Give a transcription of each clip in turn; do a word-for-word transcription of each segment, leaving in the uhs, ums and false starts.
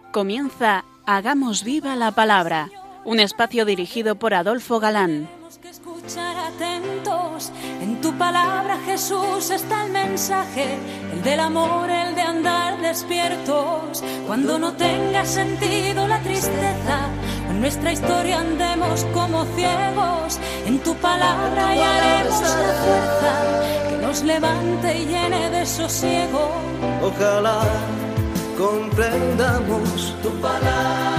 Comienza Hagamos Viva la Palabra, un espacio dirigido por Adolfo Galán. Tenemos que escuchar atentos, en tu palabra, Jesús, está el mensaje, el del amor, el de andar despiertos. Cuando no tenga sentido la tristeza, en nuestra historia andemos como ciegos, en tu palabra hallaremos la fuerza que nos levante y llene de sosiego. Ojalá comprendamos tu palabra,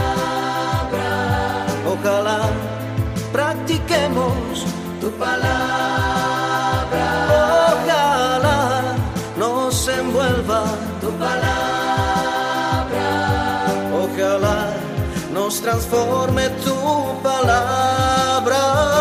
ojalá practiquemos tu palabra, ojalá nos envuelva tu palabra, ojalá nos transforme tu palabra,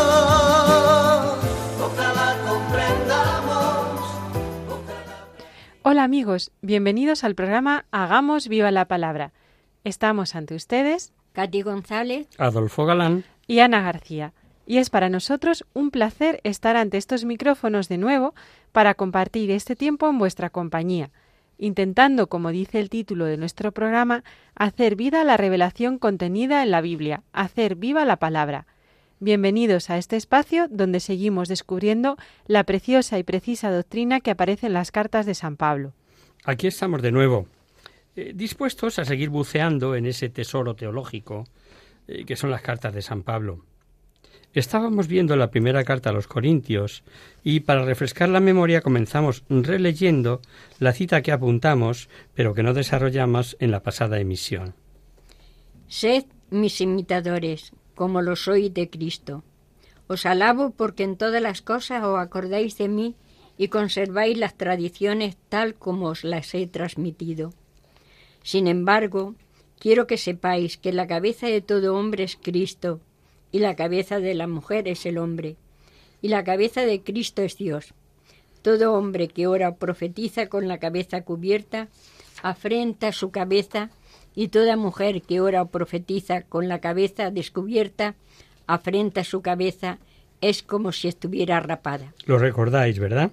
ojalá comprendamos. Ojalá... Hola amigos, bienvenidos al programa Hagamos Viva la Palabra. Estamos ante ustedes Katy González, Adolfo Galán y Ana García. Y es para nosotros un placer estar ante estos micrófonos de nuevo para compartir este tiempo en vuestra compañía, intentando, como dice el título de nuestro programa, hacer vida la revelación contenida en la Biblia, hacer viva la palabra. Bienvenidos a este espacio donde seguimos descubriendo la preciosa y precisa doctrina que aparece en las cartas de San Pablo. Aquí estamos de nuevo, eh, dispuestos a seguir buceando en ese tesoro teológico eh, que son las cartas de San Pablo. Estábamos viendo la primera carta a los Corintios y para refrescar la memoria comenzamos releyendo la cita que apuntamos, pero que no desarrollamos en la pasada emisión. Sed mis imitadores, como lo soy de Cristo. Os alabo porque en todas las cosas os acordáis de mí y conserváis las tradiciones tal como os las he transmitido. Sin embargo, quiero que sepáis que la cabeza de todo hombre es Cristo, y la cabeza de la mujer es el hombre, y la cabeza de Cristo es Dios. Todo hombre que ora o profetiza con la cabeza cubierta afrenta su cabeza, y toda mujer que ora o profetiza con la cabeza descubierta afrenta su cabeza, es como si estuviera rapada. Lo recordáis, ¿verdad?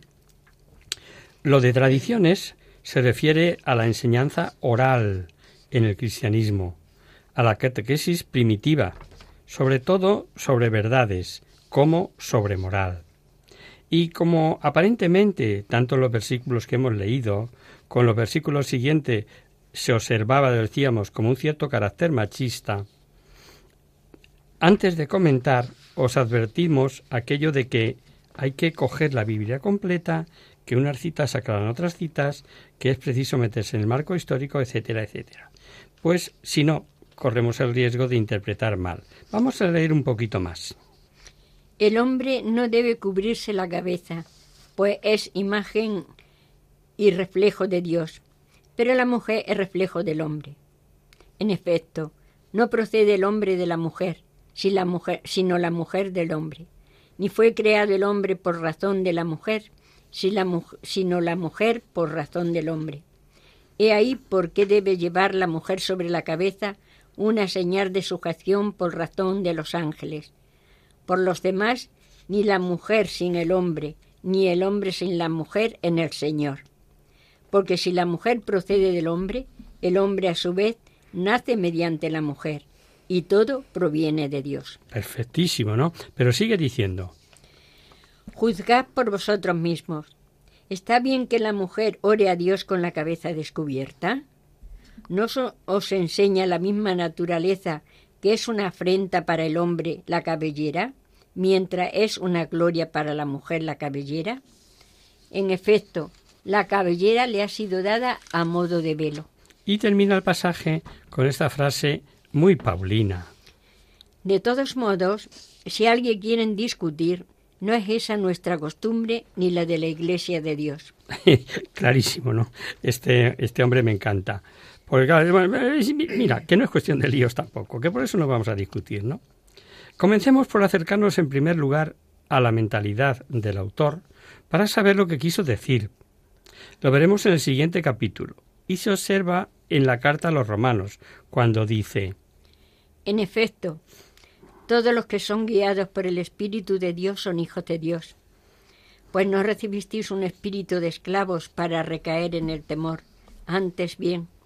Lo de tradiciones se refiere a la enseñanza oral en el cristianismo, a la catequesis primitiva, sobre todo sobre verdades, como sobre moral. Y como aparentemente, tanto en los versículos que hemos leído, con los versículos siguientes se observaba, decíamos, como un cierto carácter machista, antes de comentar, os advertimos aquello de que hay que coger la Biblia completa, que unas citas aclaran otras citas, que es preciso meterse en el marco histórico, etcétera, etcétera. Pues, si no, corremos el riesgo de interpretar mal. Vamos a leer un poquito más. El hombre no debe cubrirse la cabeza, pues es imagen y reflejo de Dios, pero la mujer es reflejo del hombre. En efecto, no procede el hombre de la mujer, si la mujer, sino la mujer del hombre. Ni fue creado el hombre por razón de la mujer, si la mu- sino la mujer por razón del hombre. He ahí por qué debe llevar la mujer sobre la cabeza una señal de sujeción por razón de los ángeles. Por los demás, ni la mujer sin el hombre, ni el hombre sin la mujer en el Señor. Porque si la mujer procede del hombre, el hombre a su vez nace mediante la mujer, y todo proviene de Dios. Perfectísimo, ¿no? Pero sigue diciendo. Juzgad por vosotros mismos. ¿Está bien que la mujer ore a Dios con la cabeza descubierta? ¿No os enseña la misma naturaleza que es una afrenta para el hombre la cabellera, mientras es una gloria para la mujer la cabellera? En efecto, la cabellera le ha sido dada a modo de velo. Y termina el pasaje con esta frase muy paulina. De todos modos, si alguien quiere discutir, no es esa nuestra costumbre ni la de la Iglesia de Dios. Clarísimo, ¿no? Este, este hombre me encanta. Porque, claro, mira, que no es cuestión de líos tampoco, que por eso no vamos a discutir, ¿no? Comencemos por acercarnos en primer lugar a la mentalidad del autor para saber lo que quiso decir. Lo veremos en el siguiente capítulo y se observa en la carta a los romanos, cuando dice: En efecto, todos los que son guiados por el Espíritu de Dios son hijos de Dios. Pues no recibisteis un espíritu de esclavos para recaer en el temor, antes bien,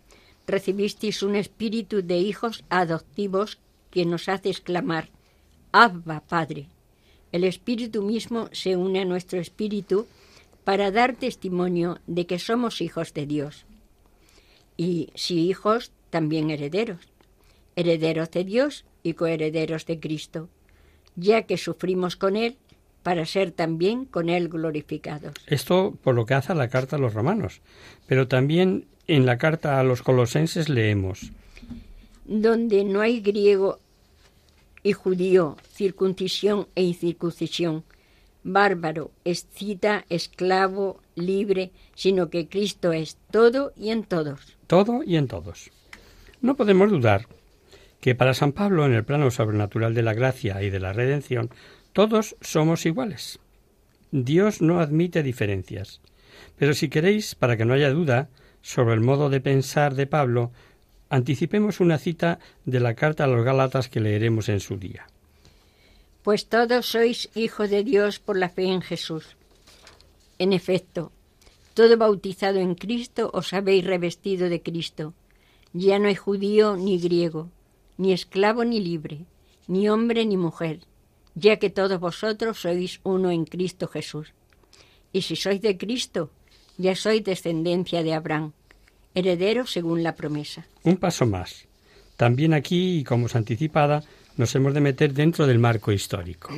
recibisteis un espíritu de hijos adoptivos que nos hace exclamar, Abba, Padre. El Espíritu mismo se une a nuestro espíritu para dar testimonio de que somos hijos de Dios. Y si hijos, también herederos. Herederos de Dios y coherederos de Cristo, ya que sufrimos con Él para ser también con Él glorificados. Esto por lo que hace a la carta a los romanos, pero también en la carta a los colosenses leemos: donde no hay griego y judío, circuncisión e incircuncisión, bárbaro, escita, esclavo, libre, sino que Cristo es todo y en todos. Todo y en todos. No podemos dudar que para San Pablo, en el plano sobrenatural de la gracia y de la redención, todos somos iguales. Dios no admite diferencias. Pero si queréis, para que no haya duda sobre el modo de pensar de Pablo, anticipemos una cita de la carta a los Gálatas que leeremos en su día. Pues todos sois hijos de Dios por la fe en Jesús. En efecto, todo bautizado en Cristo os habéis revestido de Cristo. Ya no hay judío ni griego, ni esclavo ni libre, ni hombre ni mujer, ya que todos vosotros sois uno en Cristo Jesús. Y si sois de Cristo, ya sois descendencia de Abraham, heredero según la promesa. Un paso más. También aquí, y como es anticipada, nos hemos de meter dentro del marco histórico.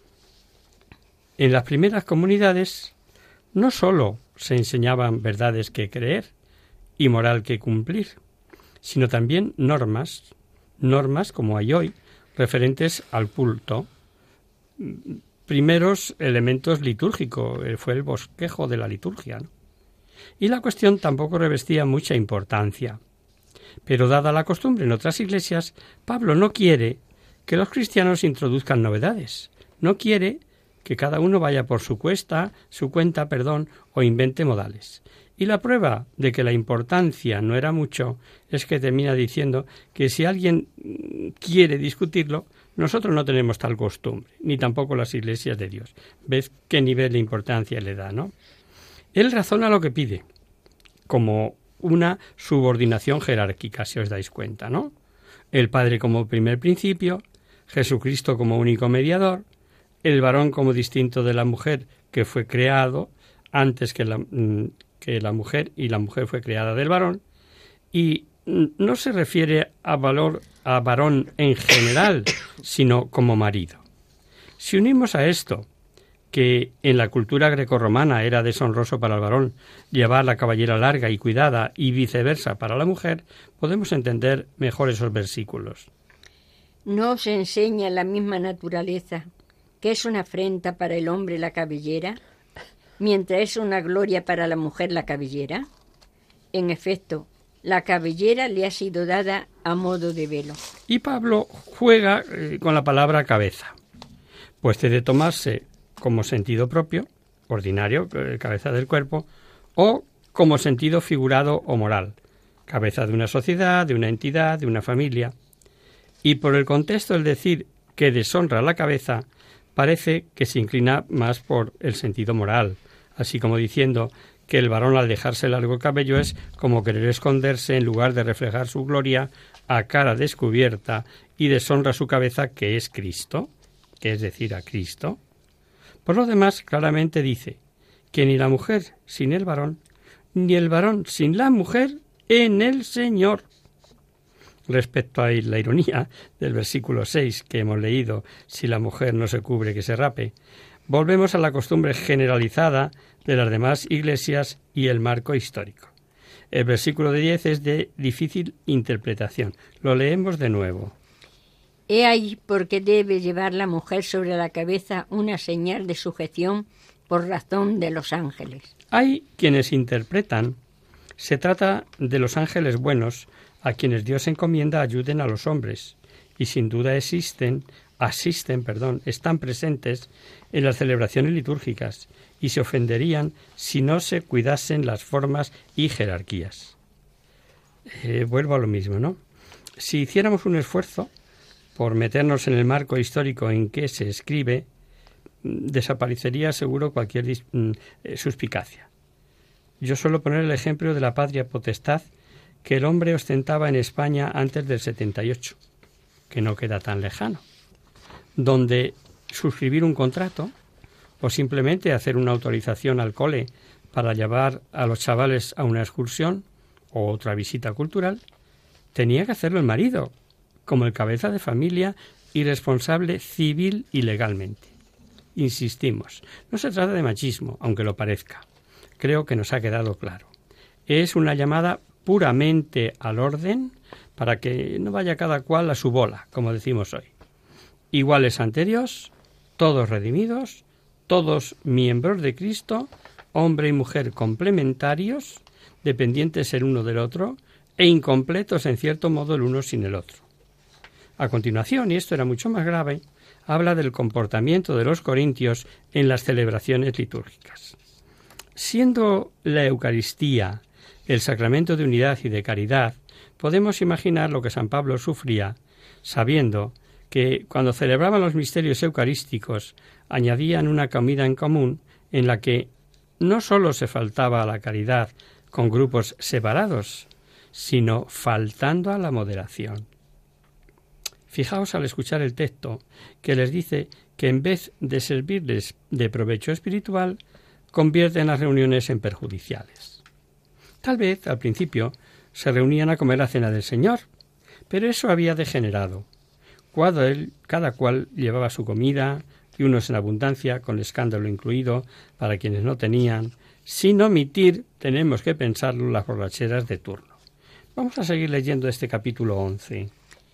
En las primeras comunidades no sólo se enseñaban verdades que creer y moral que cumplir, sino también normas, normas como hay hoy, referentes al culto. Primeros elementos litúrgicos, fue el bosquejo de la liturgia, ¿no? Y la cuestión tampoco revestía mucha importancia. Pero dada la costumbre en otras iglesias, Pablo no quiere que los cristianos introduzcan novedades. No quiere que cada uno vaya por su cuesta, su cuenta, perdón, o invente modales. Y la prueba de que la importancia no era mucho es que termina diciendo que si alguien quiere discutirlo, nosotros no tenemos tal costumbre, ni tampoco las iglesias de Dios. ¿Ves qué nivel de importancia le da, no? Él razona lo que pide, como una subordinación jerárquica, si os dais cuenta, ¿no? El Padre como primer principio, Jesucristo como único mediador, el varón como distinto de la mujer que fue creado antes que la, que la mujer y la mujer fue creada del varón, y no se refiere a valor a varón en general, sino como marido. Si unimos a esto que en la cultura grecorromana era deshonroso para el varón llevar la cabellera larga y cuidada y viceversa para la mujer, podemos entender mejor esos versículos. ¿No se enseña la misma naturaleza que es una afrenta para el hombre la cabellera, mientras es una gloria para la mujer la cabellera? En efecto, la cabellera le ha sido dada a modo de velo. Y Pablo juega eh, con la palabra cabeza, pues debe tomarse como sentido propio, ordinario, eh, cabeza del cuerpo, o como sentido figurado o moral, cabeza de una sociedad, de una entidad, de una familia. Y por el contexto, el decir que deshonra la cabeza parece que se inclina más por el sentido moral, así como diciendo que el varón al dejarse largo el cabello es como querer esconderse en lugar de reflejar su gloria a cara descubierta y deshonra su cabeza, que es Cristo, que es decir, a Cristo. Por lo demás, claramente dice que ni la mujer sin el varón, ni el varón sin la mujer en el Señor. Respecto a la ironía del versículo seis que hemos leído, si la mujer no se cubre que se rape, volvemos a la costumbre generalizada de las demás iglesias y el marco histórico. El versículo de diez es de difícil interpretación. Lo leemos de nuevo. He ahí porque debe llevar la mujer sobre la cabeza una señal de sujeción por razón de los ángeles. Hay quienes interpretan, se trata de los ángeles buenos, a quienes Dios encomienda ayuden a los hombres, y sin duda existen, asisten, perdón, están presentes en las celebraciones litúrgicas, y se ofenderían si no se cuidasen las formas y jerarquías. Eh, vuelvo a lo mismo, ¿no? Si hiciéramos un esfuerzo por meternos en el marco histórico en que se escribe, desaparecería seguro cualquier dis- suspicacia. Yo suelo poner el ejemplo de la patria potestad que el hombre ostentaba en España antes del setenta y ocho, que no queda tan lejano, donde suscribir un contrato o simplemente hacer una autorización al cole para llevar a los chavales a una excursión o otra visita cultural, tenía que hacerlo el marido, como el cabeza de familia y responsable civil y legalmente. Insistimos, no se trata de machismo, aunque lo parezca. Creo que nos ha quedado claro. Es una llamada puramente al orden para que no vaya cada cual a su bola, como decimos hoy. Iguales ante Dios, todos redimidos, todos miembros de Cristo, hombre y mujer complementarios, dependientes el uno del otro e incompletos en cierto modo el uno sin el otro. A continuación, y esto era mucho más grave, habla del comportamiento de los corintios en las celebraciones litúrgicas. Siendo la Eucaristía el sacramento de unidad y de caridad, podemos imaginar lo que San Pablo sufría, sabiendo que cuando celebraban los misterios eucarísticos añadían una comida en común en la que no sólo se faltaba a la caridad con grupos separados, sino faltando a la moderación. Fijaos al escuchar el texto que les dice que en vez de servirles de provecho espiritual, convierten las reuniones en perjudiciales. Tal vez, al principio, se reunían a comer la cena del Señor, pero eso había degenerado. Cuando él, cada cual llevaba su comida, y unos en abundancia, con escándalo incluido, para quienes no tenían, sin omitir, tenemos que pensarlo, las borracheras de turno. Vamos a seguir leyendo este capítulo once.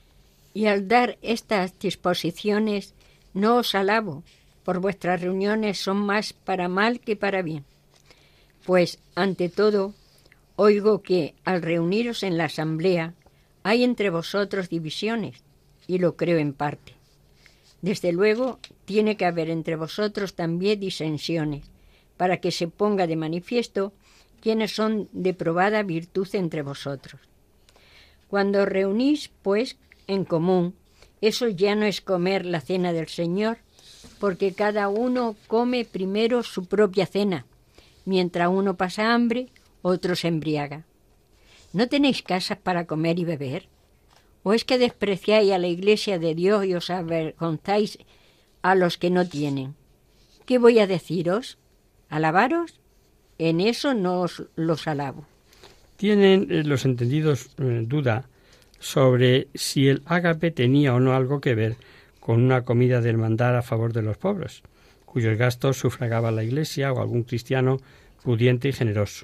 Y al dar estas disposiciones, no os alabo, por vuestras reuniones son más para mal que para bien. Pues, ante todo, oigo que, al reuniros en la asamblea, hay entre vosotros divisiones, y lo creo en parte. Desde luego, tiene que haber entre vosotros también disensiones, para que se ponga de manifiesto quiénes son de probada virtud entre vosotros. Cuando os reunís, pues, en común, eso ya no es comer la cena del Señor, porque cada uno come primero su propia cena, mientras uno pasa hambre, otro se embriaga. ¿No tenéis casas para comer y beber? ¿O es que despreciáis a la Iglesia de Dios y os avergonzáis a los que no tienen? ¿Qué voy a deciros? ¿Alabaros? En eso no os los alabo. Tienen eh, los entendidos eh, duda sobre si el ágape tenía o no algo que ver con una comida de hermandad a favor de los pobres, cuyos gastos sufragaba la Iglesia o algún cristiano pudiente y generoso,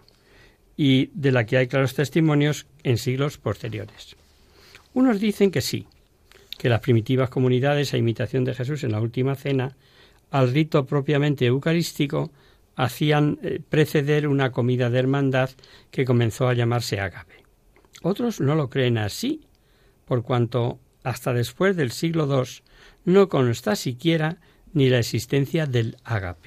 y de la que hay claros testimonios en siglos posteriores. Unos dicen que sí, que las primitivas comunidades, a imitación de Jesús en la última cena, al rito propiamente eucarístico, hacían eh, preceder una comida de hermandad que comenzó a llamarse ágape. Otros no lo creen así, por cuanto hasta después del siglo segundo no consta siquiera ni la existencia del ágape.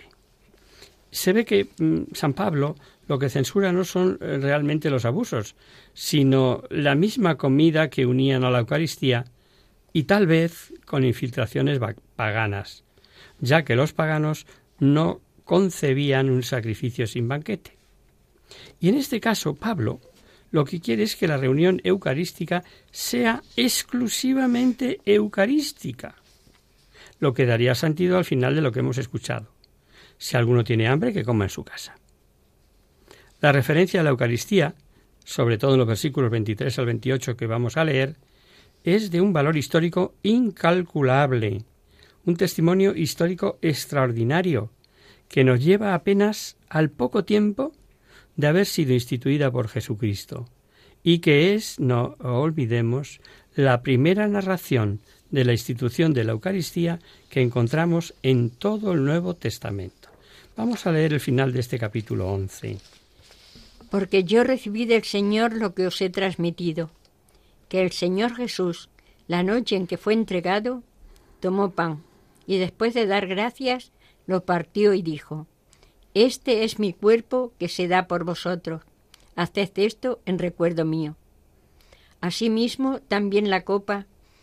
Se ve que mm, San Pablo lo que censura no son realmente los abusos, sino la misma comida que unían a la Eucaristía y tal vez con infiltraciones paganas, ya que los paganos no concebían un sacrificio sin banquete. Y en este caso, Pablo lo que quiere es que la reunión eucarística sea exclusivamente eucarística, lo que daría sentido al final de lo que hemos escuchado. Si alguno tiene hambre, que coma en su casa. La referencia a la Eucaristía, sobre todo en los versículos veintitrés al veintiocho que vamos a leer, es de un valor histórico incalculable, un testimonio histórico extraordinario, que nos lleva apenas al poco tiempo de haber sido instituida por Jesucristo, y que es, no olvidemos, la primera narración de la institución de la Eucaristía que encontramos en todo el Nuevo Testamento. Vamos a leer el final de este capítulo once. Porque yo recibí del Señor lo que os he transmitido, que el Señor Jesús, la noche en que fue entregado, tomó pan, y después de dar gracias, lo partió y dijo: Este es mi cuerpo que se da por vosotros. Haced esto en recuerdo mío. Asimismo, también la copa,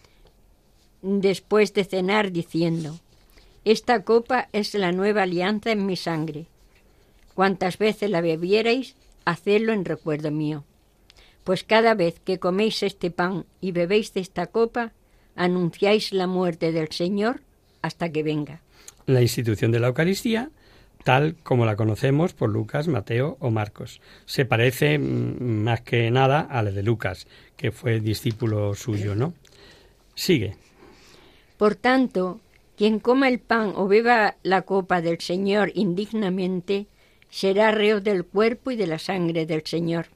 después de cenar, diciendo: Esta copa es la nueva alianza en mi sangre. Cuantas veces la bebierais, hacedlo en recuerdo mío. Pues cada vez que coméis este pan y bebéis de esta copa, anunciáis la muerte del Señor hasta que venga. La institución de la Eucaristía, tal como la conocemos por Lucas, Mateo o Marcos, se parece más que nada a la de Lucas, que fue discípulo suyo, ¿no? Sigue. Por tanto, quien coma el pan o beba la copa del Señor indignamente, será reo del cuerpo y de la sangre del Señor.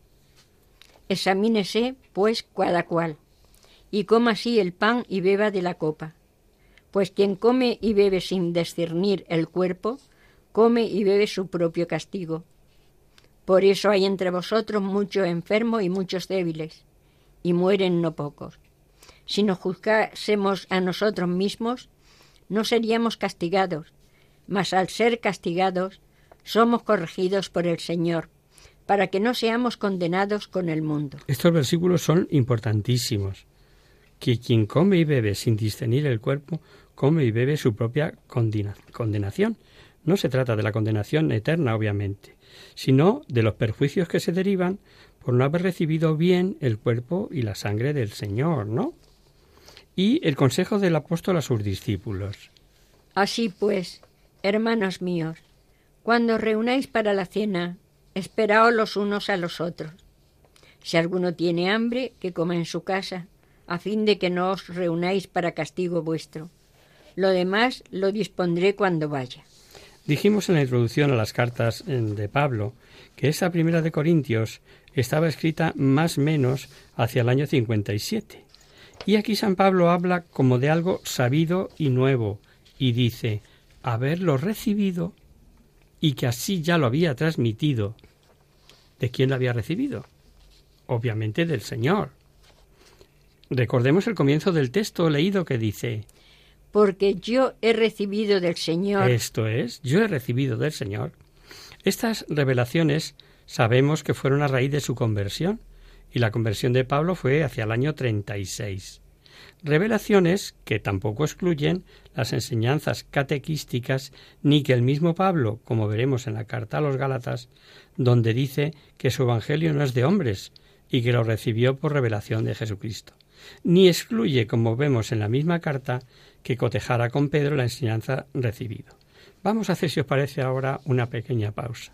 Examínese, pues, cada cual, y coma así el pan y beba de la copa. Pues quien come y bebe sin discernir el cuerpo, come y bebe su propio castigo. Por eso hay entre vosotros muchos enfermos y muchos débiles, y mueren no pocos. Si nos juzgásemos a nosotros mismos, no seríamos castigados, mas al ser castigados, somos corregidos por el Señor, para que no seamos condenados con el mundo. Estos versículos son importantísimos. Que quien come y bebe sin discernir el cuerpo, come y bebe su propia condena- condenación. No se trata de la condenación eterna, obviamente, sino de los perjuicios que se derivan por no haber recibido bien el cuerpo y la sangre del Señor, ¿no? Y el consejo del apóstol a sus discípulos. Así pues, hermanos míos, cuando reunáis para la cena, esperaos los unos a los otros. Si alguno tiene hambre, que coma en su casa, a fin de que no os reunáis para castigo vuestro. Lo demás lo dispondré cuando vaya. Dijimos en la introducción a las cartas de Pablo que esa primera de Corintios estaba escrita más o menos hacia el año cincuenta y siete. Y aquí San Pablo habla como de algo sabido y nuevo, y dice, haberlo recibido y que así ya lo había transmitido. ¿De quién lo había recibido? Obviamente del Señor. Recordemos el comienzo del texto leído que dice, porque yo he recibido del Señor. Esto es, yo he recibido del Señor. Estas revelaciones sabemos que fueron a raíz de su conversión, y la conversión de Pablo fue hacia el año treinta y seis. Revelaciones que tampoco excluyen las enseñanzas catequísticas, ni que el mismo Pablo, como veremos en la carta a los Gálatas, donde dice que su evangelio no es de hombres y que lo recibió por revelación de Jesucristo. Ni excluye, como vemos en la misma carta, que cotejara con Pedro la enseñanza recibida. Vamos a hacer, si os parece, ahora una pequeña pausa.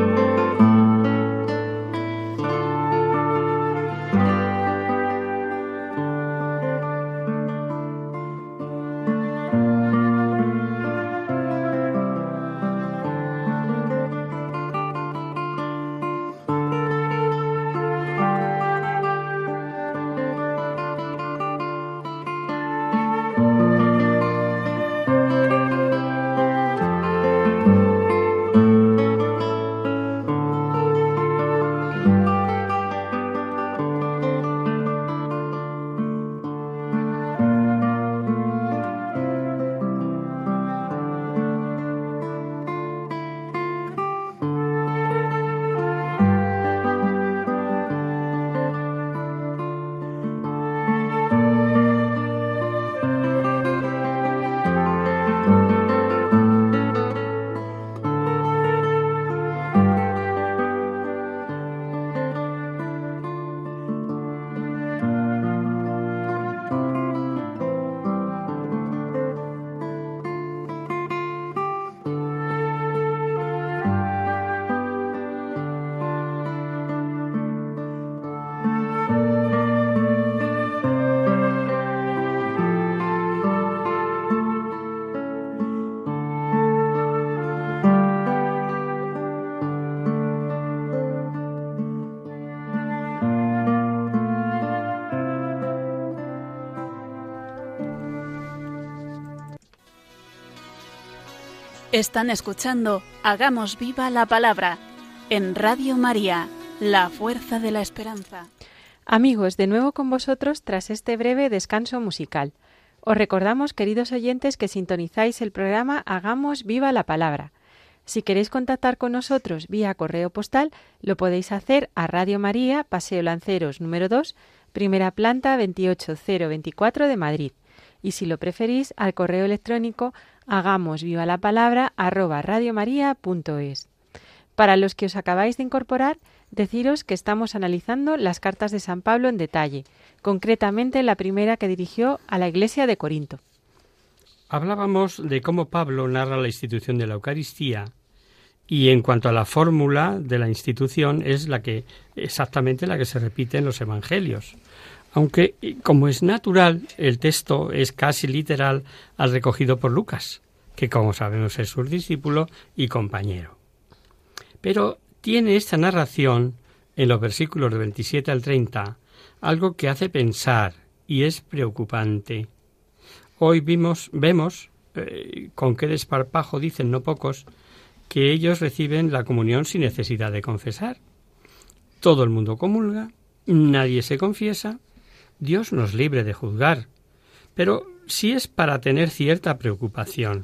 Están escuchando Hagamos Viva la Palabra en Radio María, la fuerza de la esperanza. Amigos, de nuevo con vosotros tras este breve descanso musical. Os recordamos, queridos oyentes, que sintonizáis el programa Hagamos Viva la Palabra. Si queréis contactar con nosotros vía correo postal, lo podéis hacer a Radio María, Paseo Lanceros número dos, primera planta veintiocho mil veinticuatro de Madrid. Y si lo preferís, al correo electrónico hagamosvivalapalabra arroba radiomaria.es. Para los que os acabáis de incorporar, deciros que estamos analizando las cartas de San Pablo en detalle, concretamente la primera que dirigió a la Iglesia de Corinto. Hablábamos de cómo Pablo narra la institución de la Eucaristía y en cuanto a la fórmula de la institución es la que exactamente la que se repite en los Evangelios. Aunque, como es natural, el texto es casi literal al recogido por Lucas, que como sabemos es su discípulo y compañero. Pero tiene esta narración, en los versículos de veintisiete al treinta, algo que hace pensar y es preocupante. Hoy vimos, vemos, eh, con qué desparpajo dicen no pocos, que ellos reciben la comunión sin necesidad de confesar. Todo el mundo comulga, nadie se confiesa. Dios nos libre de juzgar, pero sí es para tener cierta preocupación,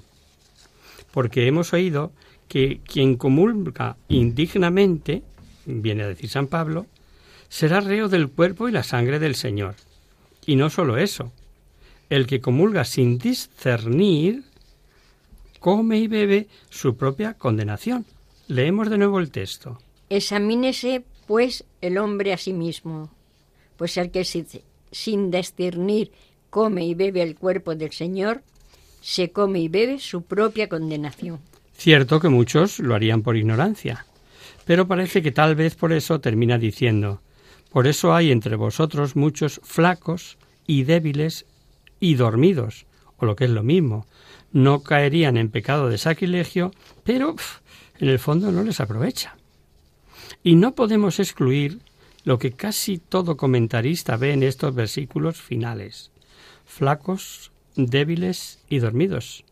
porque hemos oído que quien comulga indignamente, viene a decir San Pablo, será reo del cuerpo y la sangre del Señor. Y no solo eso, el que comulga sin discernir, come y bebe su propia condenación. Leemos de nuevo el texto. Examínese, pues, el hombre a sí mismo, pues el que se sin discernir come y bebe el cuerpo del Señor, se come y bebe su propia condenación. Cierto que muchos lo harían por ignorancia, pero parece que tal vez por eso termina diciendo, por eso hay entre vosotros muchos flacos y débiles y dormidos, o lo que es lo mismo, no caerían en pecado de sacrilegio, pero pff, en el fondo no les aprovecha. Y no podemos excluir lo que casi todo comentarista ve en estos versículos finales. Flacos, débiles y dormidos.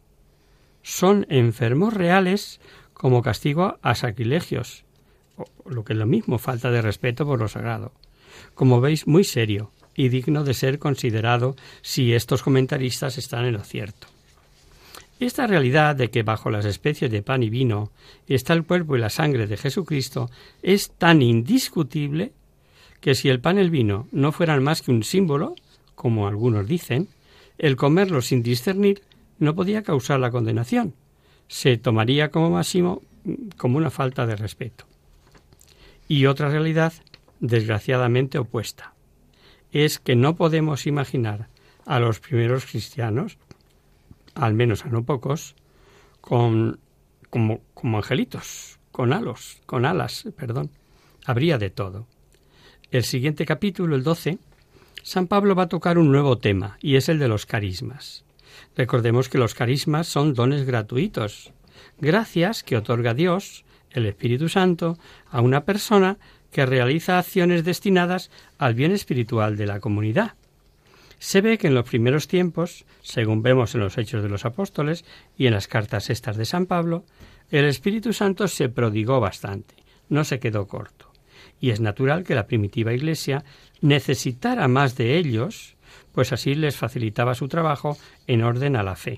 Son enfermos reales como castigo a sacrilegios, o lo que es lo mismo, falta de respeto por lo sagrado. Como veis, muy serio y digno de ser considerado si estos comentaristas están en lo cierto. Esta realidad de que bajo las especies de pan y vino está el cuerpo y la sangre de Jesucristo es tan indiscutible que si el pan y el vino no fueran más que un símbolo, como algunos dicen, el comerlo sin discernir no podía causar la condenación. Se tomaría como máximo como una falta de respeto. Y otra realidad, desgraciadamente opuesta, es que no podemos imaginar a los primeros cristianos, al menos a no pocos, con, como, como angelitos, con alos, con alas, perdón. Habría de todo. El siguiente capítulo, el doce, San Pablo va a tocar un nuevo tema, y es el de los carismas. Recordemos que los carismas son dones gratuitos, gracias que otorga Dios, el Espíritu Santo, a una persona que realiza acciones destinadas al bien espiritual de la comunidad. Se ve que en los primeros tiempos, según vemos en los Hechos de los Apóstoles y en las cartas estas de San Pablo, el Espíritu Santo se prodigó bastante, no se quedó corto. Y es natural que la primitiva Iglesia necesitara más de ellos, pues así les facilitaba su trabajo en orden a la fe.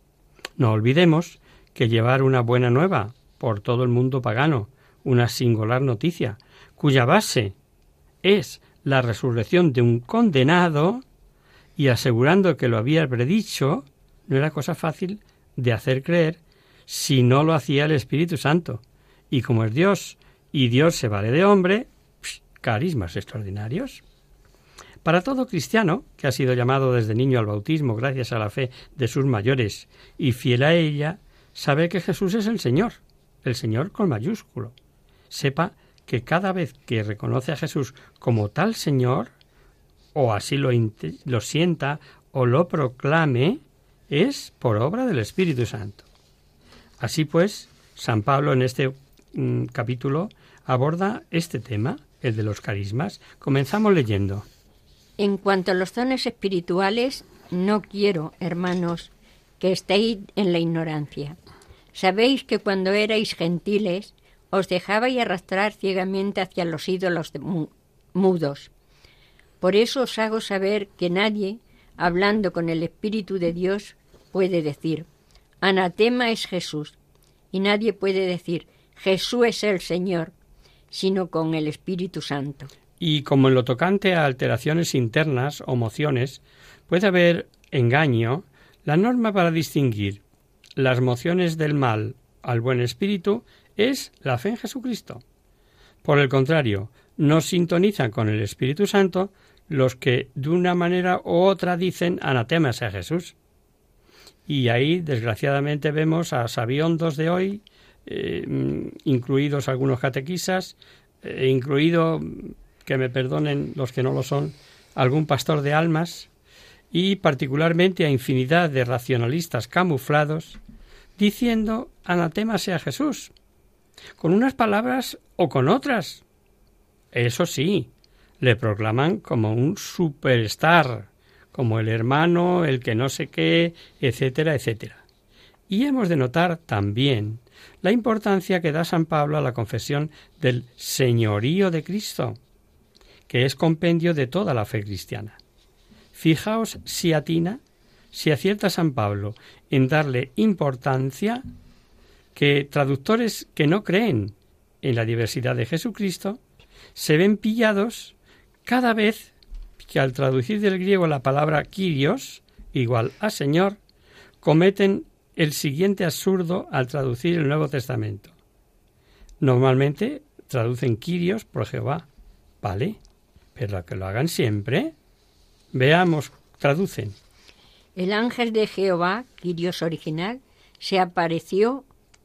No olvidemos que llevar una buena nueva por todo el mundo pagano, una singular noticia, cuya base es la resurrección de un condenado, y asegurando que lo había predicho, no era cosa fácil de hacer creer si no lo hacía el Espíritu Santo. Y como es Dios, y Dios se vale de hombre, psh, carismas extraordinarios. Para todo cristiano, que ha sido llamado desde niño al bautismo gracias a la fe de sus mayores y fiel a ella, sabe que Jesús es el Señor, el Señor con mayúsculo. Sepa que cada vez que reconoce a Jesús como tal Señor, o así lo, lo sienta o lo proclame, es por obra del Espíritu Santo. Así pues, San Pablo en este mm, capítulo aborda este tema, el de los carismas. Comenzamos leyendo. En cuanto a los dones espirituales, no quiero, hermanos, que estéis en la ignorancia. Sabéis que cuando erais gentiles, os dejabais arrastrar ciegamente hacia los ídolos de mu- mudos. Por eso os hago saber que nadie, hablando con el Espíritu de Dios, puede decir, anatema es Jesús, y nadie puede decir, Jesús es el Señor, sino con el Espíritu Santo. Y como en lo tocante a alteraciones internas o mociones, puede haber engaño, la norma para distinguir las mociones del mal al buen espíritu es la fe en Jesucristo. Por el contrario, no sintonizan con el Espíritu Santo los que de una manera u otra dicen anatema sea Jesús. Y ahí, desgraciadamente, vemos a sabiondos de hoy, eh, incluidos algunos catequisas, eh, incluido, que me perdonen los que no lo son, algún pastor de almas, y particularmente a infinidad de racionalistas camuflados, diciendo anatema sea Jesús, con unas palabras o con otras. Eso sí, le proclaman como un superstar, como el hermano, el que no sé qué, etcétera, etcétera. Y hemos de notar también la importancia que da San Pablo a la confesión del señorío de Cristo, que es compendio de toda la fe cristiana. Fijaos si atina, si acierta San Pablo en darle importancia, que traductores que no creen en la diversidad de Jesucristo se ven pillados cada vez que al traducir del griego la palabra Kyrios, igual a Señor, cometen el siguiente absurdo al traducir el Nuevo Testamento. Normalmente traducen Kyrios por Jehová, ¿vale? Pero que lo hagan siempre. Veamos, traducen. El ángel de Jehová, Kyrios original, se apareció.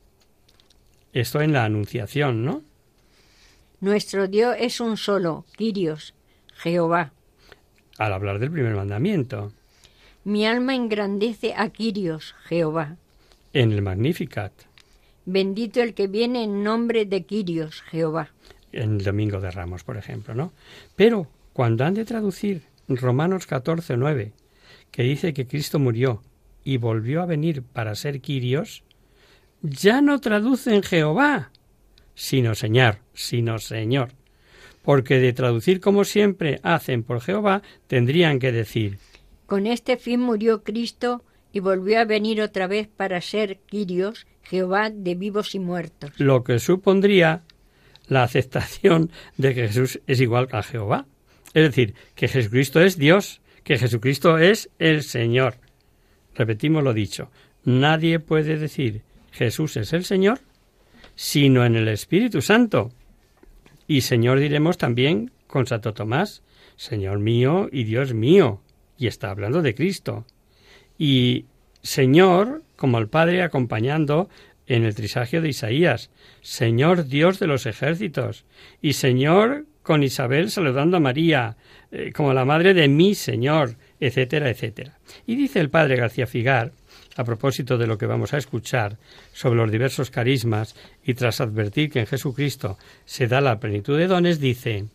Esto en la Anunciación, ¿no? Nuestro Dios es un solo, Kyrios, Jehová. Al hablar del primer mandamiento. Mi alma engrandece a Kyrios, Jehová. En el Magnificat. Bendito el que viene en nombre de Kyrios, Jehová. En el Domingo de Ramos, por ejemplo, ¿no? Pero cuando han de traducir Romanos catorce, nueve, que dice que Cristo murió y volvió a venir para ser Kyrios, ya no traducen Jehová, sino Señor, sino Señor. Porque de traducir como siempre hacen por Jehová, tendrían que decir: con este fin murió Cristo y volvió a venir otra vez para ser Kyrios, Jehová de vivos y muertos. Lo que supondría la aceptación de que Jesús es igual a Jehová. Es decir, que Jesucristo es Dios, que Jesucristo es el Señor. Repetimos lo dicho, nadie puede decir Jesús es el Señor, sino en el Espíritu Santo. Y Señor diremos también con Santo Tomás, Señor mío y Dios mío. Y está hablando de Cristo. Y Señor, como el Padre acompañando en el trisagio de Isaías, Señor Dios de los ejércitos, y Señor con Isabel saludando a María, eh, como la madre de mi Señor, etcétera, etcétera. Y dice el padre García Figar, a propósito de lo que vamos a escuchar sobre los diversos carismas, y tras advertir que en Jesucristo se da la plenitud de dones, dice: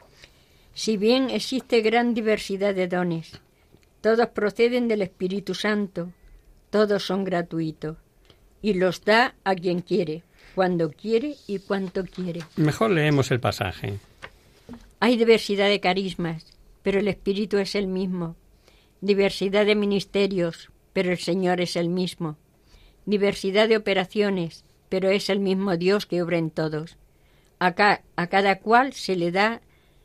si bien existe gran diversidad de dones, todos proceden del Espíritu Santo, todos son gratuitos, y los da a quien quiere, cuando quiere y cuanto quiere. Mejor leemos el pasaje. Hay diversidad de carismas, pero el Espíritu es el mismo. Diversidad de ministerios, pero el Señor es el mismo. Diversidad de operaciones, pero es el mismo Dios que obra en todos. Acá, a cada cual se le da,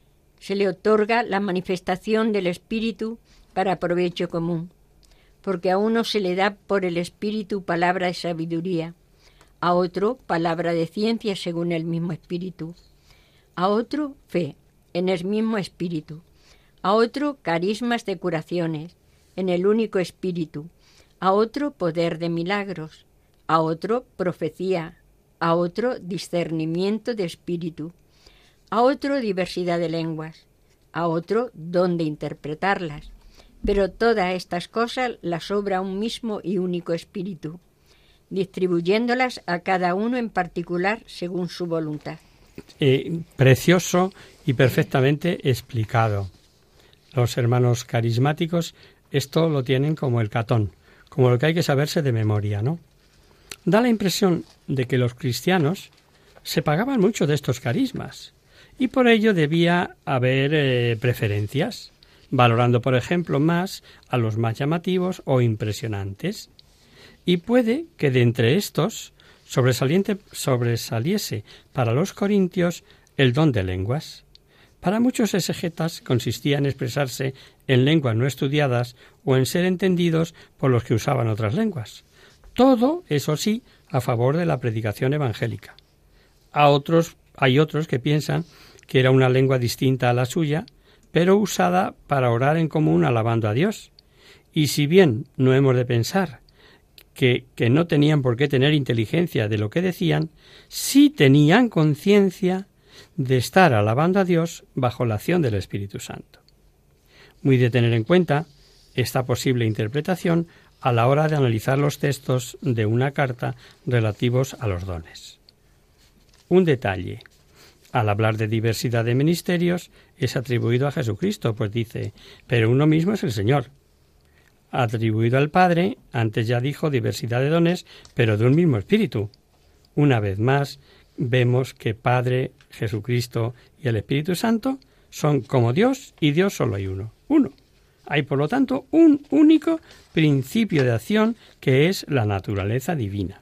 se le otorga la manifestación del Espíritu para provecho común. Porque a uno se le da por el Espíritu palabra de sabiduría, a otro palabra de ciencia según el mismo Espíritu, a otro fe en el mismo Espíritu, a otro carismas de curaciones en el único Espíritu, a otro poder de milagros, a otro profecía, a otro discernimiento de espíritu, a otro diversidad de lenguas, a otro don de interpretarlas. Pero todas estas cosas las obra un mismo y único Espíritu, distribuyéndolas a cada uno en particular según su voluntad. Eh, precioso y perfectamente explicado. Los hermanos carismáticos esto lo tienen como el catón, como lo que hay que saberse de memoria, ¿no? Da la impresión de que los cristianos se pagaban mucho de estos carismas y por ello debía haber eh, preferencias, valorando, por ejemplo, más a los más llamativos o impresionantes. Y puede que de entre estos sobresaliente, sobresaliese para los corintios el don de lenguas. Para muchos exegetas consistía en expresarse en lenguas no estudiadas o en ser entendidos por los que usaban otras lenguas. Todo, eso sí, a favor de la predicación evangélica. A otros, hay otros que piensan que era una lengua distinta a la suya, pero usada para orar en común alabando a Dios. Y si bien no hemos de pensar que, que no tenían por qué tener inteligencia de lo que decían, sí tenían conciencia de estar alabando a Dios bajo la acción del Espíritu Santo. Muy de tener en cuenta esta posible interpretación a la hora de analizar los textos de una carta relativos a los dones. Un detalle. Al hablar de diversidad de ministerios, es atribuido a Jesucristo, pues dice, pero uno mismo es el Señor. Atribuido al Padre, antes ya dijo diversidad de dones, pero de un mismo Espíritu. Una vez más, vemos que Padre, Jesucristo y el Espíritu Santo son como Dios y Dios solo hay uno. Uno. Hay, por lo tanto, un único principio de acción que es la naturaleza divina.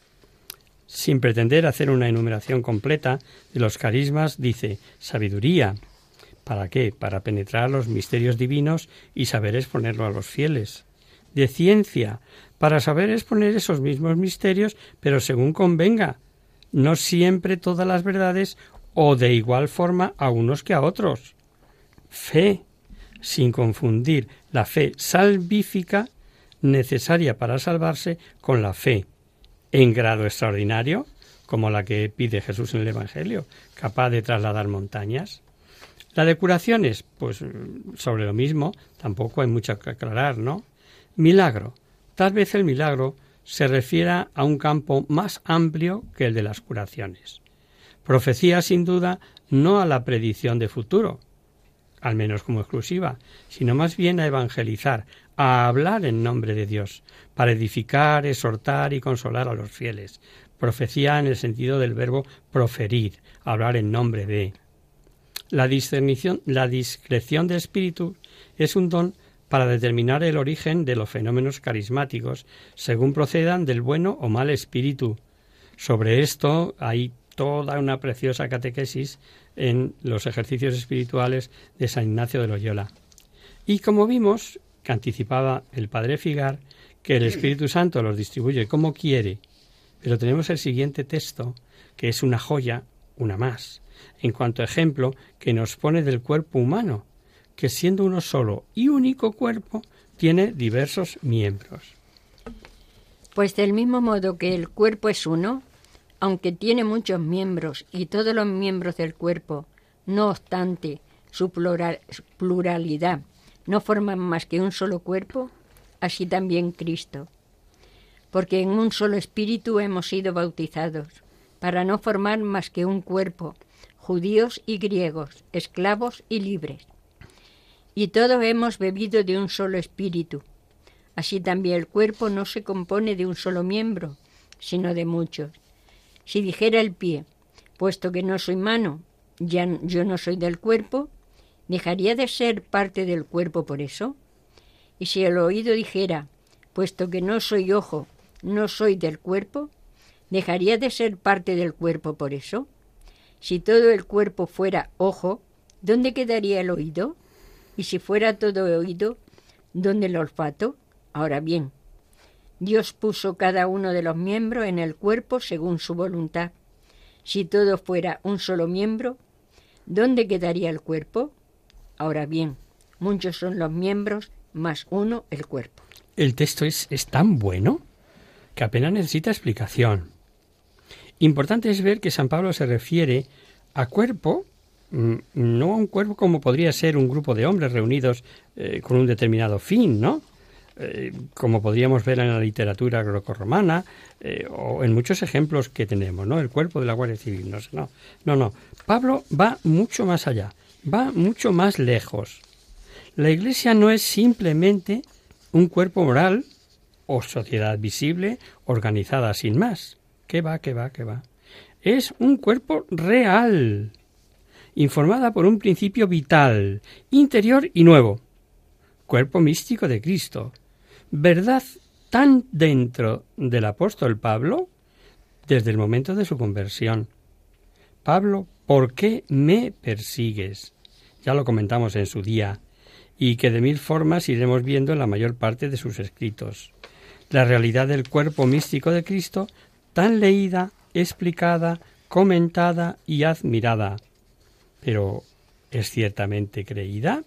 Sin pretender hacer una enumeración completa de los carismas, dice sabiduría. ¿Para qué? Para penetrar los misterios divinos y saber exponerlo a los fieles. De ciencia, para saber exponer esos mismos misterios, pero según convenga, no siempre todas las verdades o de igual forma a unos que a otros. Fe, sin confundir la fe salvífica necesaria para salvarse con la fe en grado extraordinario, como la que pide Jesús en el Evangelio, capaz de trasladar montañas. La de curaciones, pues sobre lo mismo, tampoco hay mucho que aclarar, ¿no? Milagro. Tal vez el milagro se refiera a un campo más amplio que el de las curaciones. Profecía, sin duda, no a la predicción de futuro, al menos como exclusiva, sino más bien a evangelizar, a hablar en nombre de Dios, para edificar, exhortar y consolar a los fieles. Profecía en el sentido del verbo proferir, hablar en nombre de. La discernición, la discreción de espíritu es un don para determinar el origen de los fenómenos carismáticos, según procedan del bueno o mal espíritu. Sobre esto hay toda una preciosa catequesis en los ejercicios espirituales de San Ignacio de Loyola. Y como vimos, que anticipaba el padre Figar, que el Espíritu Santo los distribuye como quiere, pero tenemos el siguiente texto, que es una joya, una más, en cuanto a ejemplo que nos pone del cuerpo humano, que siendo uno solo y único cuerpo, tiene diversos miembros. Pues del mismo modo que el cuerpo es uno, aunque tiene muchos miembros y todos los miembros del cuerpo, no obstante su plural, pluralidad, no forman más que un solo cuerpo, así también Cristo. Porque en un solo espíritu hemos sido bautizados, para no formar más que un cuerpo, judíos y griegos, esclavos y libres. Y todos hemos bebido de un solo espíritu. Así también el cuerpo no se compone de un solo miembro, sino de muchos. Si dijera el pie, puesto que no soy mano, ya yo no soy del cuerpo, ¿dejaría de ser parte del cuerpo por eso? Y si el oído dijera, puesto que no soy ojo, no soy del cuerpo, ¿dejaría de ser parte del cuerpo por eso? Si todo el cuerpo fuera ojo, ¿dónde quedaría el oído? Y si fuera todo oído, ¿dónde el olfato? Ahora bien, Dios puso cada uno de los miembros en el cuerpo según su voluntad. Si todo fuera un solo miembro, ¿dónde quedaría el cuerpo? Ahora bien, muchos son los miembros, más uno el cuerpo. El texto es, es tan bueno que apenas necesita explicación. Importante es ver que San Pablo se refiere a cuerpo, no a un cuerpo como podría ser un grupo de hombres reunidos eh, con un determinado fin, ¿no? Eh, como podríamos ver en la literatura grecorromana eh, o en muchos ejemplos que tenemos, ¿no? El cuerpo de la Guardia Civil, no sé, no, no, no. Pablo va mucho más allá, va mucho más lejos. La Iglesia no es simplemente un cuerpo moral o sociedad visible organizada sin más. ¿Qué va, qué va, qué va? Es un cuerpo real, informada por un principio vital, interior y nuevo. Cuerpo místico de Cristo. Verdad tan dentro del apóstol Pablo desde el momento de su conversión. Pablo, ¿por qué me persigues? Ya lo comentamos en su día, y que de mil formas iremos viendo en la mayor parte de sus escritos. La realidad del cuerpo místico de Cristo, tan leída, explicada, comentada y admirada. Pero, ¿es ciertamente creída?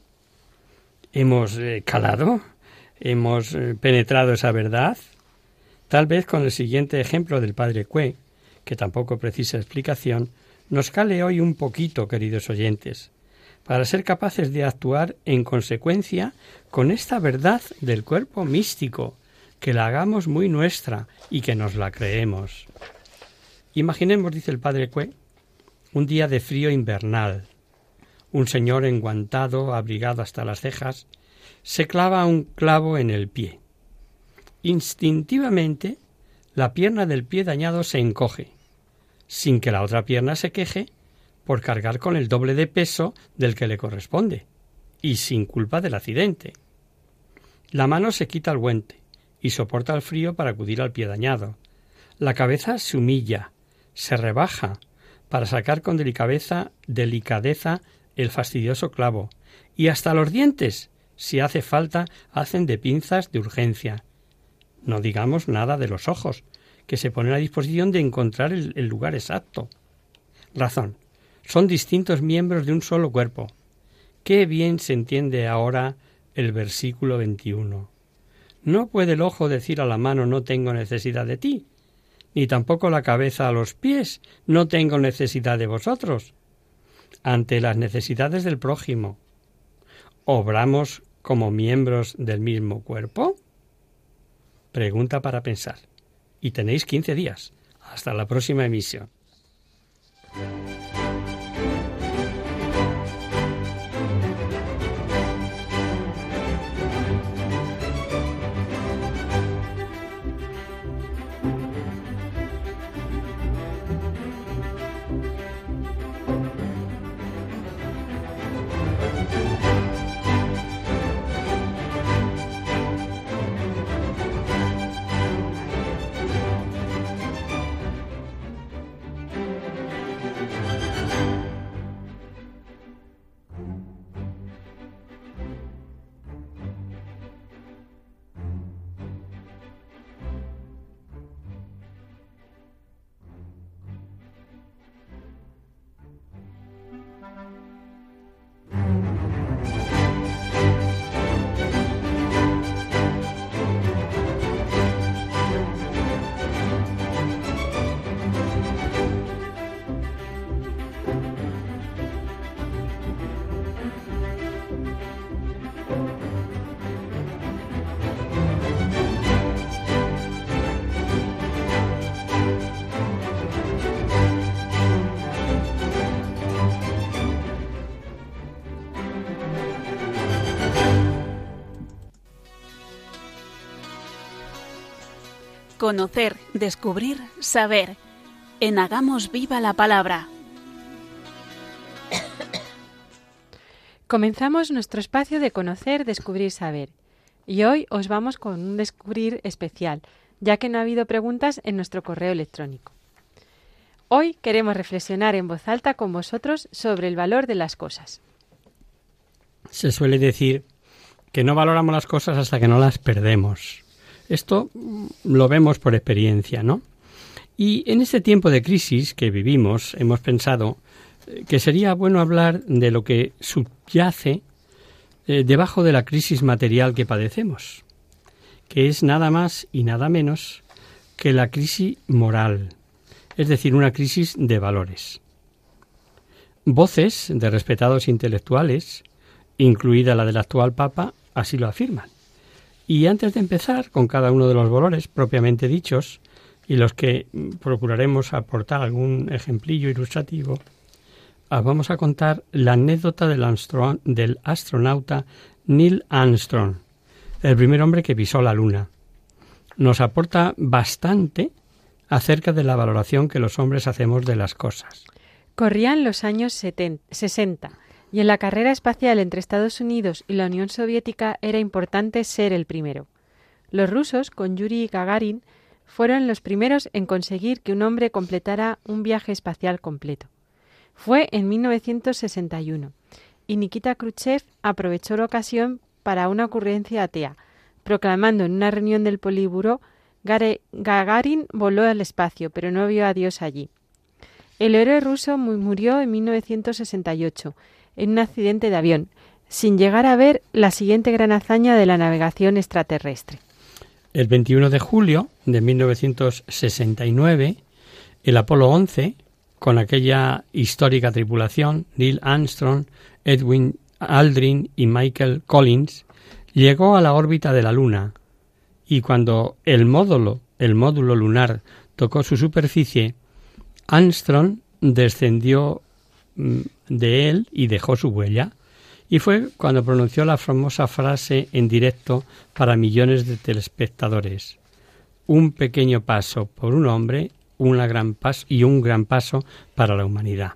¿Hemos eh, calado? ¿Hemos eh, penetrado esa verdad? Tal vez con el siguiente ejemplo del padre Cue, que tampoco precisa explicación, nos cale hoy un poquito, queridos oyentes, para ser capaces de actuar en consecuencia con esta verdad del cuerpo místico, que la hagamos muy nuestra y que nos la creemos. Imaginemos, dice el padre Cue, un día de frío invernal. Un señor enguantado, abrigado hasta las cejas, se clava un clavo en el pie. Instintivamente, la pierna del pie dañado se encoge, sin que la otra pierna se queje por cargar con el doble de peso del que le corresponde, y sin culpa del accidente. La mano se quita el guante y soporta el frío para acudir al pie dañado. La cabeza se humilla, se rebaja, para sacar con delicadeza, delicadeza el fastidioso clavo, y hasta los dientes, si hace falta, hacen de pinzas de urgencia. No digamos nada de los ojos, que se ponen a disposición de encontrar el, el lugar exacto. Razón. Son distintos miembros de un solo cuerpo. Qué bien se entiende ahora el versículo veintiuno. No puede el ojo decir a la mano no tengo necesidad de ti, ni tampoco la cabeza a los pies no tengo necesidad de vosotros. Ante las necesidades del prójimo, ¿obramos como miembros del mismo cuerpo? Pregunta para pensar. Y tenéis quince días. Hasta la próxima emisión. Conocer, descubrir, saber. En Hagamos Viva la Palabra. Comenzamos nuestro espacio de conocer, descubrir, saber. Y hoy os vamos con un descubrir especial, ya que no ha habido preguntas en nuestro correo electrónico. Hoy queremos reflexionar en voz alta con vosotros sobre el valor de las cosas. Se suele decir que no valoramos las cosas hasta que no las perdemos. Esto lo vemos por experiencia, ¿no? Y en este tiempo de crisis que vivimos, hemos pensado que sería bueno hablar de lo que subyace eh, debajo de la crisis material que padecemos, que es nada más y nada menos que la crisis moral, es decir, una crisis de valores. Voces de respetados intelectuales, incluida la del actual Papa, así lo afirman. Y antes de empezar con cada uno de los valores propiamente dichos, y los que procuraremos aportar algún ejemplillo ilustrativo, vamos a contar la anécdota del, astro, del astronauta Neil Armstrong, el primer hombre que pisó la Luna. Nos aporta bastante acerca de la valoración que los hombres hacemos de las cosas. Corrían los años setenta, sesenta, y en la carrera espacial entre Estados Unidos y la Unión Soviética era importante ser el primero. Los rusos, con Yuri Gagarin, fueron los primeros en conseguir que un hombre completara un viaje espacial completo. Fue en mil novecientos sesenta y uno, y Nikita Khrushchev aprovechó la ocasión para una ocurrencia atea, proclamando en una reunión del Politburó: Gagarin voló al espacio, pero no vio a Dios allí. El héroe ruso murió en mil novecientos sesenta y ocho, en un accidente de avión, sin llegar a ver la siguiente gran hazaña de la navegación extraterrestre. El veintiuno de julio de mil novecientos sesenta y nueve, el Apolo once, con aquella histórica tripulación, Neil Armstrong, Edwin Aldrin y Michael Collins, llegó a la órbita de la Luna, y cuando el módulo, el módulo lunar tocó su superficie, Armstrong descendió de él y dejó su huella. Y fue cuando pronunció la famosa frase en directo para millones de telespectadores: un pequeño paso por un hombre, una gran paso y un gran paso para la humanidad.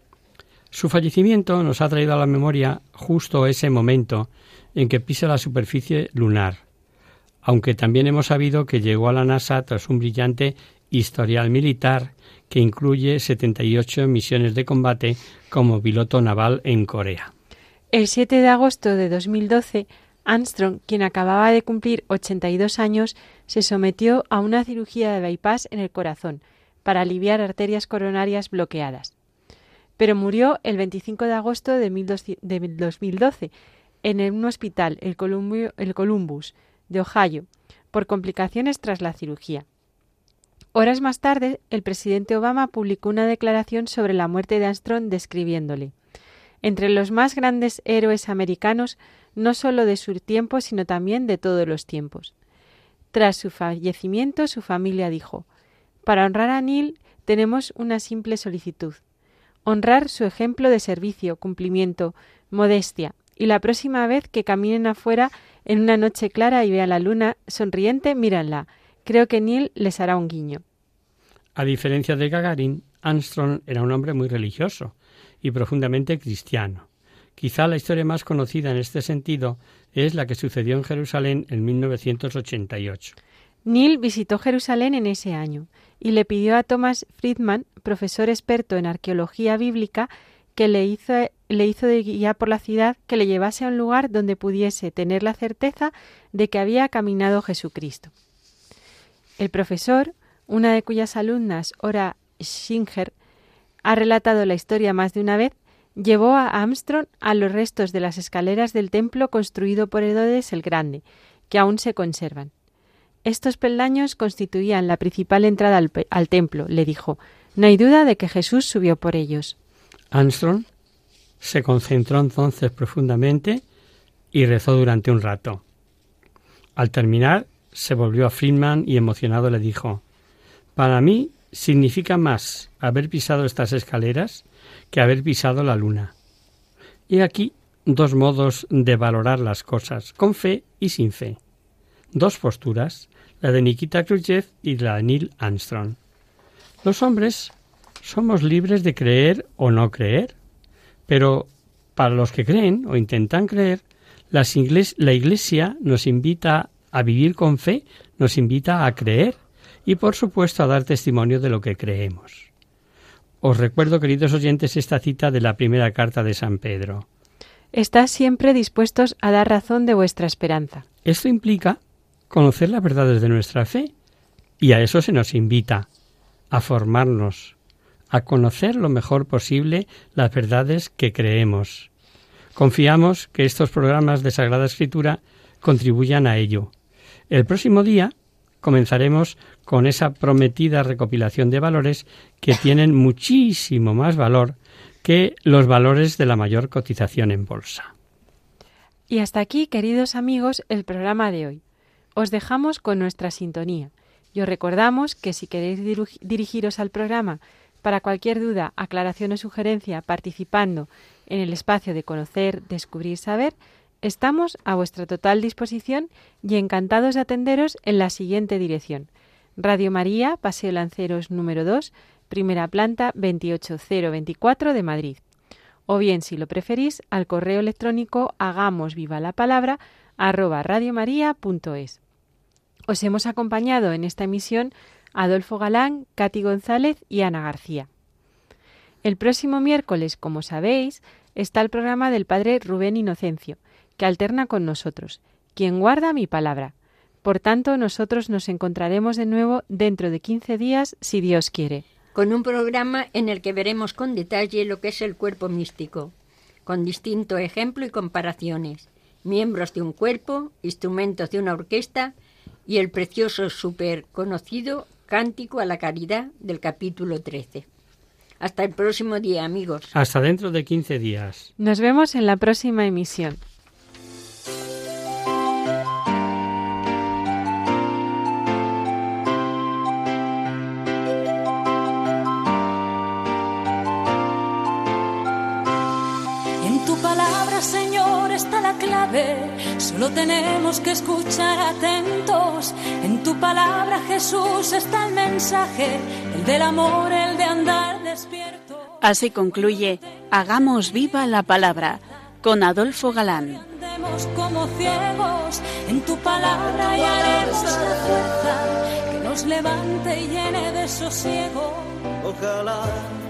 Su fallecimiento nos ha traído a la memoria justo ese momento en que pisa la superficie lunar, aunque también hemos sabido que llegó a la NASA tras un brillante historial militar que incluye setenta y ocho misiones de combate como piloto naval en Corea. El siete de agosto de dos mil doce, Armstrong, quien acababa de cumplir ochenta y dos años, se sometió a una cirugía de bypass en el corazón para aliviar arterias coronarias bloqueadas. Pero murió el veinticinco de agosto de dos mil doce en un hospital, el, Columbus, el Columbus de Ohio, por complicaciones tras la cirugía. Horas más tarde, el presidente Obama publicó una declaración sobre la muerte de Armstrong describiéndole: entre los más grandes héroes americanos, no solo de su tiempo, sino también de todos los tiempos. Tras su fallecimiento, su familia dijo: para honrar a Neil tenemos una simple solicitud: honrar su ejemplo de servicio, cumplimiento, modestia, y la próxima vez que caminen afuera en una noche clara y vean la luna sonriente, míranla. Creo que Neil les hará un guiño. A diferencia de Gagarin, Armstrong era un hombre muy religioso y profundamente cristiano. Quizá la historia más conocida en este sentido es la que sucedió en Jerusalén en mil novecientos ochenta y ocho. Neil visitó Jerusalén en ese año y le pidió a Thomas Friedman, profesor experto en arqueología bíblica, que le hizo, le hizo de guía por la ciudad, que le llevase a un lugar donde pudiese tener la certeza de que había caminado Jesucristo. El profesor, una de cuyas alumnas, Ora Singer, ha relatado la historia más de una vez, llevó a Armstrong a los restos de las escaleras del templo construido por Herodes el Grande, que aún se conservan. Estos peldaños constituían la principal entrada al, al templo, le dijo. No hay duda de que Jesús subió por ellos. Armstrong se concentró entonces profundamente y rezó durante un rato. Al terminar, se volvió a Friedman y emocionado le dijo: para mí significa más haber pisado estas escaleras que haber pisado la luna. Y aquí dos modos de valorar las cosas, con fe y sin fe. Dos posturas, la de Nikita Khrushchev y la de Neil Armstrong. Los hombres somos libres de creer o no creer, pero para los que creen o intentan creer, las igles- la Iglesia nos invita a vivir con fe, nos invita a creer y, por supuesto, a dar testimonio de lo que creemos. Os recuerdo, queridos oyentes, esta cita de la primera carta de San Pedro. Estad siempre dispuestos a dar razón de vuestra esperanza. Esto implica conocer las verdades de nuestra fe y a eso se nos invita, a formarnos, a conocer lo mejor posible las verdades que creemos. Confiamos que estos programas de Sagrada Escritura contribuyan a ello. El próximo día comenzaremos con esa prometida recopilación de valores que tienen muchísimo más valor que los valores de la mayor cotización en bolsa. Y hasta aquí, queridos amigos, el programa de hoy. Os dejamos con nuestra sintonía y os recordamos que si queréis diru- dirigiros al programa para cualquier duda, aclaración o sugerencia participando en el espacio de Conocer, Descubrir, Saber, estamos a vuestra total disposición y encantados de atenderos en la siguiente dirección. Radio María, Paseo Lanceros número dos, primera planta veintiocho mil veinticuatro de Madrid. O bien, si lo preferís, al correo electrónico hagamosvivalapalabra arroba radiomaria.es. Os hemos acompañado en esta emisión Adolfo Galán, Cati González y Ana García. El próximo miércoles, como sabéis, está el programa del Padre Rubén Inocencio, que alterna con nosotros, quien guarda mi palabra. Por tanto, nosotros nos encontraremos de nuevo dentro de quince días, si Dios quiere. Con un programa en el que veremos con detalle lo que es el cuerpo místico, con distinto ejemplo y comparaciones, miembros de un cuerpo, instrumentos de una orquesta y el precioso súper conocido Cántico a la Caridad del capítulo trece. Hasta el próximo día, amigos. Hasta dentro de quince días. Nos vemos en la próxima emisión. En tu palabra, Señor, está la clave. Solo tenemos que escuchar atentos. En tu palabra, Jesús, está el mensaje, el del amor, el de andar despierto. Así concluye Hagamos viva la palabra con Adolfo Galán. Andemos como ciegos, en tu palabra y haremos la fuerza que nos levante y llene de sosiego. Ojalá